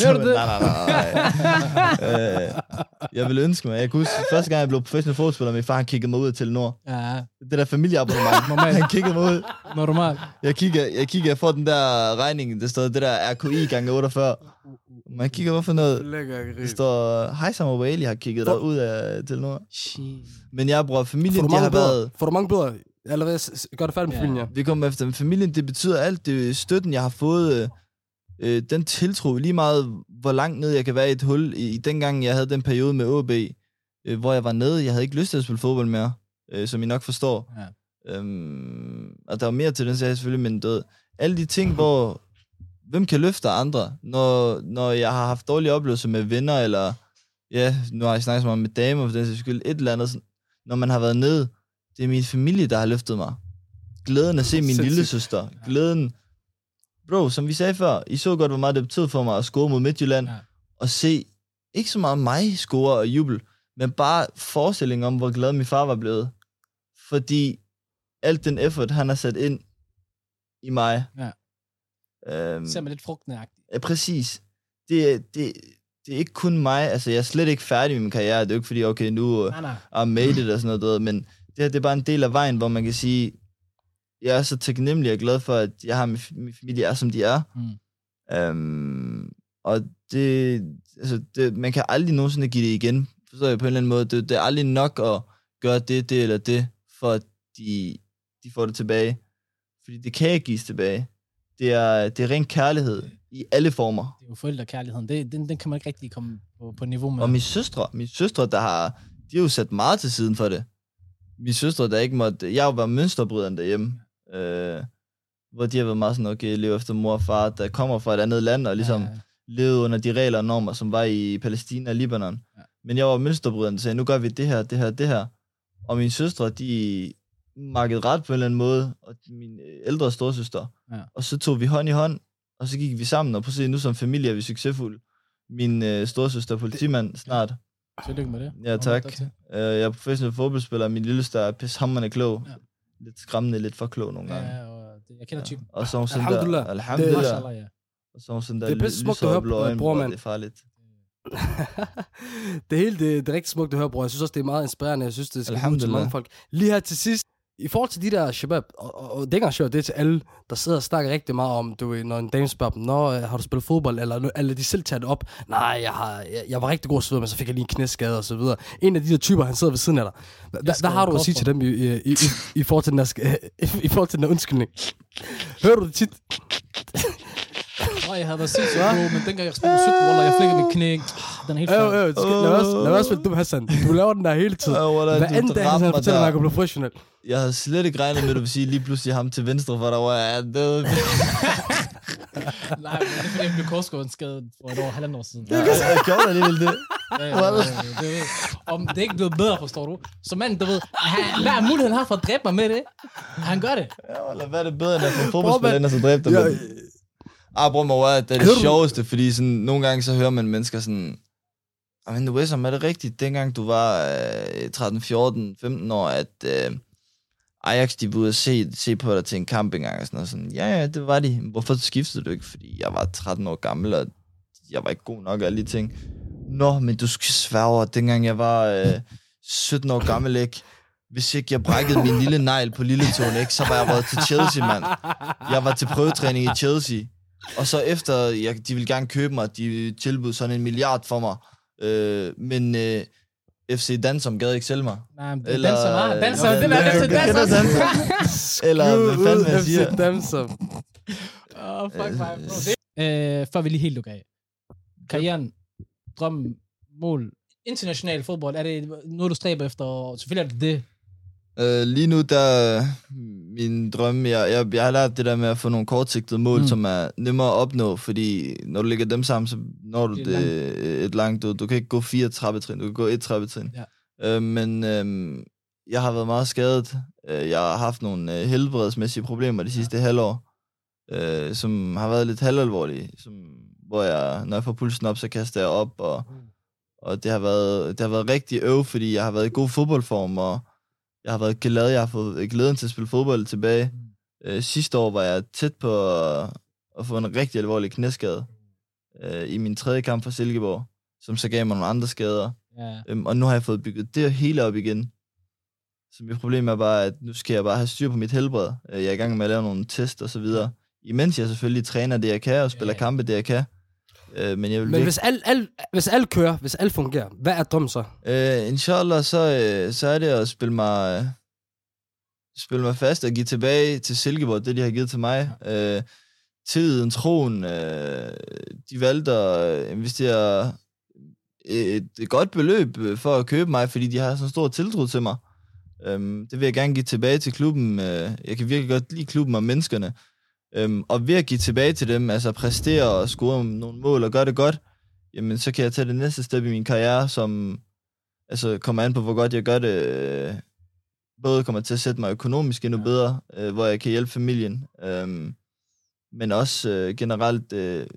S2: Nej. Jeg ville ønske mig. Jeg kunne huske, første gang jeg blev professionel fodboldspiller, min far han kiggede mig ud af Telenor. Ja. Det der familieabonnement. Normalt. Han kiggede mig ud.
S1: Normalt.
S2: Jeg kigger, jeg får den der regning, det står det der RKI gange 48. Man kigger, hvorfor noget... Det står, hej Samuel Bailey har kigget dig ud af Telenor. Men jeg bruger familien, de har været...
S4: Får du mange bøder? Eller hvad? Gør det færdigt med familien?
S2: Vi kommer efter familien, det betyder alt. Det støtten, jeg har fået... den tiltro, lige meget hvor langt ned jeg kan være i et hul. I dengang, jeg havde den periode med OB, hvor jeg var nede, jeg havde ikke lyst til at spille fodbold mere, som I nok forstår. Ja. Og der var mere til den sag selvfølgelig, men alle de ting, hvor hvem kan løfte andre, når jeg har haft dårlige oplevelser med venner, eller ja, nu har jeg snakket så meget med damer, for den sags skyld, et eller andet, sådan, når man har været nede, det er min familie, der har løftet mig. Glæden at se min lille søster, glæden. Bro, som vi sagde før, I så godt, hvor meget det betød for mig at score mod Midtjylland, og se, ikke så meget mig score og jubel, men bare forestillingen om, hvor glad min far var blevet. Fordi alt den effort, han har sat ind i mig. Ja.
S1: Ser man lidt frugtnagtigt.
S2: Ja, præcis. Det er ikke kun mig, altså jeg er slet ikke færdig med min karriere, det er jo ikke fordi, okay, nu er made it og sådan noget, men det er bare en del af vejen, hvor man kan sige, jeg er så taknemmelig og glad for, at jeg har min familie er, som de er. Og man kan aldrig nogensinde give det igen. Forstår jeg på en eller anden måde. Det er aldrig nok at gøre det eller det, for at de får det tilbage. Fordi det kan ikke gives tilbage. Det er ren kærlighed i alle former. Det
S1: er jo forældrekærligheden. Den kan man ikke rigtig komme på niveau med.
S2: Og mine søstre, de har jo sat meget til siden for det. Mine søstre, der ikke måtte... Jeg var mønsterbryderen derhjemme. Hvor de har været meget sådan, okay, leve efter mor og far, der kommer fra et andet land, og ligesom levede under de regler og normer, som var i Palæstina og Libanon. Ja. Men jeg var mønsterbryderen, der sagde, nu gør vi det her. Og mine søstre, de markede ret på en eller anden måde, og min ældre storsøster. Ja. Og så tog vi hånd i hånd, og så gik vi sammen, og prøv at nu som familie er vi succesfulde. Min storsøster er politimand snart.
S1: Tillykke med det.
S2: Ja, tak. Jeg er professionel fodboldspiller, og min lilleste er pishammerende klog. Ja. Lidt skræmmende, lidt for klog nogle gange.
S1: Ja, og jeg kender typen.
S2: Og så sådan der... Alhamdulillah. Og så sådan der...
S4: Det er bedst smukt at høre, bror, mand.
S2: Det er farligt.
S4: Det er rigtig smukt at høre, bror. Jeg synes også, det er meget inspirerende. Jeg synes, det skal ud til mange folk. Lige her til sidst, i forhold til de der shabab, og det er til alle, der sidder og snakker rigtig meget om, når en dame spørger dem, har du spillet fodbold, eller de selv tager det op, nej, jeg var rigtig god så videre, men så fik jeg lige en knæskade og så videre. En af de der typer, han sidder ved siden af dig. Hvad har du at sige til dem i forhold til den der undskyldning? Hører du det tit?
S1: Jeg havde været sindssygt god, men dengang jeg spillede 17 ruller, jeg flækkede mit knæ. Den er helt færdig.
S4: Lad os spille dum, Hassan. Du laver den der hele tiden. Hvad anden dag, Hassan fortæller mig, at du blev professionel?
S2: Jeg havde slet ikke regnet med, at du vil sige lige pludselig ham til venstre for dig, hvor jeg er død.
S1: Nej, men det er fordi, jeg blev korsgårdsskadet for et år, halvandet år siden.
S2: Ja, jeg gjorde alligevel det.
S1: Om det er ikke blevet bedre, forstår du? Så manden, du ved, hvad er muligheden her for at dræbe mig med det? Han gør det.
S2: Ja, eller hvad er det bedre, end at få fodboldspiller ind og så dræbe dem? Bror, mig, det er det sjoveste, fordi sådan, nogle gange så hører man mennesker sådan, men du Wesam, er det rigtigt, dengang du var 13, 14, 15 år, at Ajax, de var ude at se på dig til en kamp engang, og sådan, ja, det var de. Hvorfor skiftede du ikke? Fordi jeg var 13 år gammel, og jeg var ikke god nok af alle de ting. Nå, men du skal sværge, dengang jeg var 17 år gammel, ikke? Hvis ikke jeg brækkede min lille negl på lille tåen, ikke? Så var jeg råd til Chelsea, mand. Jeg var til prøvetræning i Chelsea. Og så efter, de ville gerne købe mig, de tilbød sådan 1 milliard for mig. Men FC Dansom gad ikke sælge mig.
S1: Nej, Dansom, det er Dansom.
S2: Eller hvad fanden jeg siger.
S4: FC Dansom.
S1: Fuck mig. Før vi lige helt lukker af. Karrieren, drømmen, mål, international fodbold, er det noget, du stræber efter? Selvfølgelig er det det.
S2: Lige nu, der min drømme, jeg har lært det der med at få nogle kortsigtede mål, som er nemmere at opnå, fordi når du lægger dem sammen, så når du det et langt. Du kan ikke gå 4 trappetrin, du kan gå 1 trappetrin. Ja. Men jeg har været meget skadet. Jeg har haft nogle helbredsmæssige problemer de sidste halvår, som har været lidt halvalvorlige, hvor når jeg får pulsen op, så kaster jeg op, og det har været rigtig fordi jeg har været i god fodboldform, og jeg har været glad, jeg har fået glæden til at spille fodbold tilbage. Sidste år var jeg tæt på at få en rigtig alvorlig knæskade i min 3. kamp for Silkeborg, som så gav mig nogle andre skader. Yeah. Og nu har jeg fået bygget det hele op igen. Så mit problem er bare, at nu skal jeg bare have styr på mit helbred. Jeg er i gang med at lave nogle test og så videre. Imens jeg selvfølgelig træner det, jeg kan, og spiller kampe det, jeg kan. Men
S4: hvis alt kører, hvis alt fungerer, hvad er drømmen så?
S2: Inshallah, så er det at spille mig fast og give tilbage til Silkeborg, det de har givet til mig. Tiden, troen, de valgte at investere et godt beløb for at købe mig, fordi de har sådan stor tiltro til mig. Det vil jeg gerne give tilbage til klubben. Jeg kan virkelig godt lide klubben og menneskerne. Og ved at give tilbage til dem, altså præstere og score nogle mål og gøre det godt, jamen så kan jeg tage det næste step i min karriere, som altså kommer an på, hvor godt jeg gør det. Både kommer til at sætte mig økonomisk endnu bedre, hvor jeg kan hjælpe familien, men også generelt,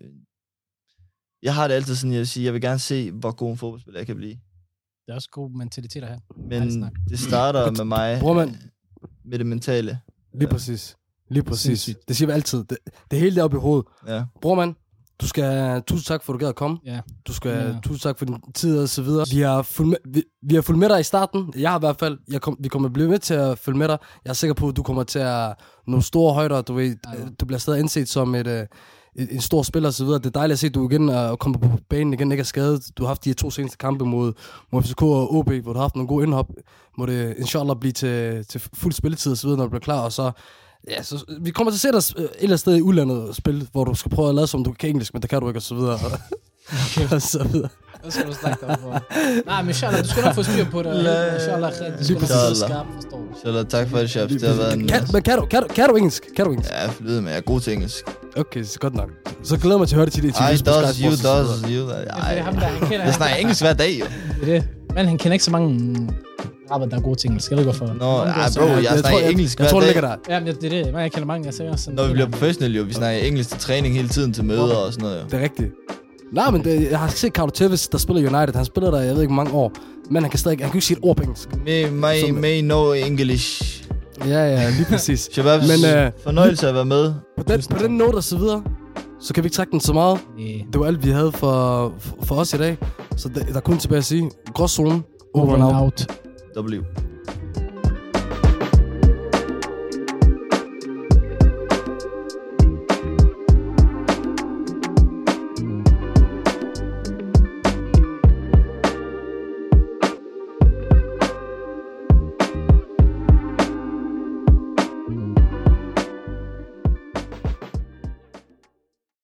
S2: jeg har det altid sådan, jeg vil gerne se, hvor god en fodboldspiller jeg kan blive.
S1: Det er også god mentalitet at have.
S2: Men det starter med mig, med det mentale.
S4: Lige præcis. Lige præcis. Det siger vi altid. Det hele deroppe i hovedet. Ja. Brormand, du skal tusind tak for, at du gad at komme. Ja. Du skal tusind tak for din tid og så videre. Vi har fulgt med dig i starten. Jeg har i hvert fald. Vi kommer at blive med til at følge med dig. Jeg er sikker på, at du kommer til at nå store højder. Du bliver stadig indset som en stor spiller og så videre. Det er dejligt at se, at du igen kommer på banen igen, ikke er skadet. Du har haft de 2 seneste kampe mod FCK og OB, hvor du har haft nogle gode indhop. Må det inshallah blive til fuld spilletid og så videre, når du bliver klar. Og så ja, så vi kommer til at sætte os et eller andet sted i udlandet og spille, hvor du skal prøve at lade som du kan engelsk, men det kan du ikke, og så videre.
S1: Okay. Og så videre. Hvad skal du snakke om for? Nej, men inshallah, du skal nok få styr på det. Inshallah, du skal nok få skarpt, forstår du.
S2: Inshallah, tak for det, chef. Det har været en...
S4: Men kan du engelsk?
S2: Ja, flyder med. Jeg er god til engelsk.
S4: Okay, så godt nok. Så glæder mig til at høre det til det.
S2: I does, you does, you. Jeg snakker engelsk hver dag, jo.
S1: Det er det. Men han kender ikke så mange rapper, der er gode til engelsk. Jeg ved ikke hvorfor.
S2: Nå, bro, jeg snakker engelsk hver dag.
S4: Jeg tror, det ligger der.
S1: Ja, men det er det. Jeg kender mange, jeg siger sådan.
S2: Når vi bliver professionelle, jo. Vi snakker engelsk til træning hele tiden, til møder og sådan noget, jo.
S4: Det er rigtigt. Nej, men jeg har set Carlo Tevez, der spiller United. Han spiller der, jeg ved ikke, hvor mange år. Men han kan ikke sige et ord på engelsk.
S2: May know English.
S4: Ja, lige præcis.
S2: Shababs, fornøjelse at være med.
S4: På den note og så videre, så kan vi ikke trække den så meget. Det var alt, vi havde for os i dag. Så der er kun tilbage at sige, Gråzone, over and out.
S2: W.